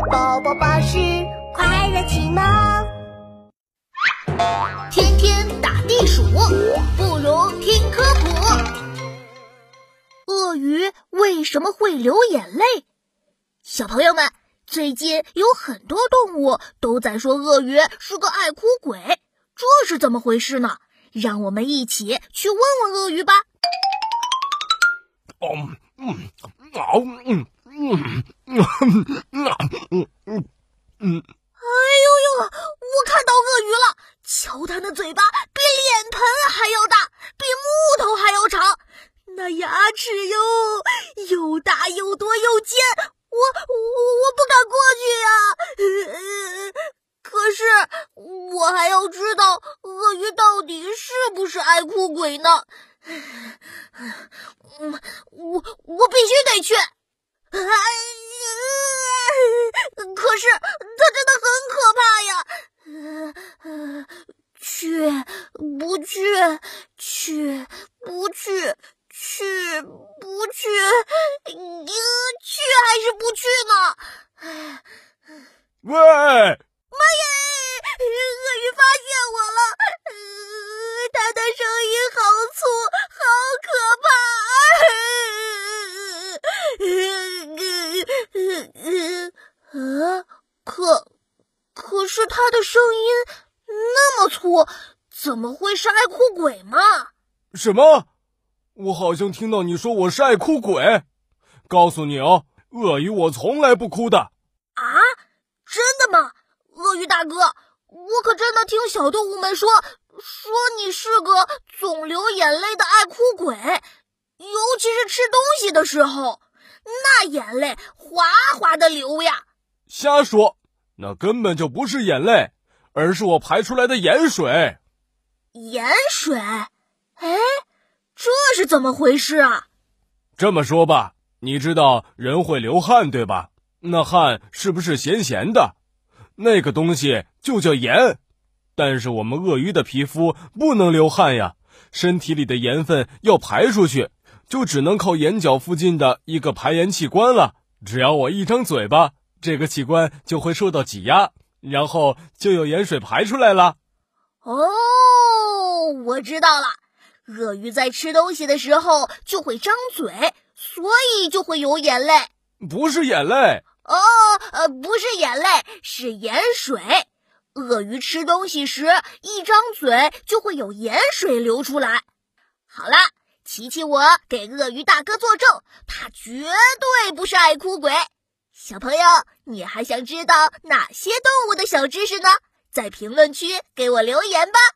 宝宝巴士快乐启蒙。 天天打地鼠，不如听科普。鳄鱼为什么会流眼泪？小朋友们，最近有很多动物都在说鳄鱼是个爱哭鬼，这是怎么回事呢？让我们一起去问问鳄鱼吧。我看到鳄鱼了，瞧它的嘴巴比脸盆还要大，比木头还要长，那牙齿又大又多又尖，我不敢过去呀。可是我还要知道鳄鱼到底是不是爱哭鬼呢？我必须得去。可是它真的很可怕呀！去不去？去不去？去不去？去还是不去呢？ 喂！ 妈耶！鳄鱼发现我了！它的声音好粗，好可怕！可是它的声音那么粗，怎么会是爱哭鬼嘛？ 什么？我好像听到你说我是爱哭鬼。告诉你哦，鳄鱼我从来不哭的。 啊？真的吗？鳄鱼大哥，我可真的听小动物们说你是个总流眼泪的爱哭鬼，尤其是吃东西的时候，那眼泪哗哗的流呀。 瞎说，那根本就不是眼泪，而是我排出来的盐水。 盐水？哎，这是怎么回事啊？ 这么说吧，你知道人会流汗对吧？那汗是不是咸咸的？那个东西就叫盐。但是我们鳄鱼的皮肤不能流汗呀，身体里的盐分要排出去，就只能靠眼角附近的一个排盐器官了。只要我一张嘴巴，这个器官就会受到挤压，然后就有盐水排出来了。 哦，我知道了，鳄鱼在吃东西的时候就会张嘴，所以就会有眼泪。 不是眼泪。 不是眼泪，是盐水。鳄鱼吃东西时一张嘴就会有盐水流出来。好啦，琪琪我给鳄鱼大哥作证，他绝对不是爱哭鬼。小朋友，你还想知道哪些动物的小知识呢？在评论区给我留言吧。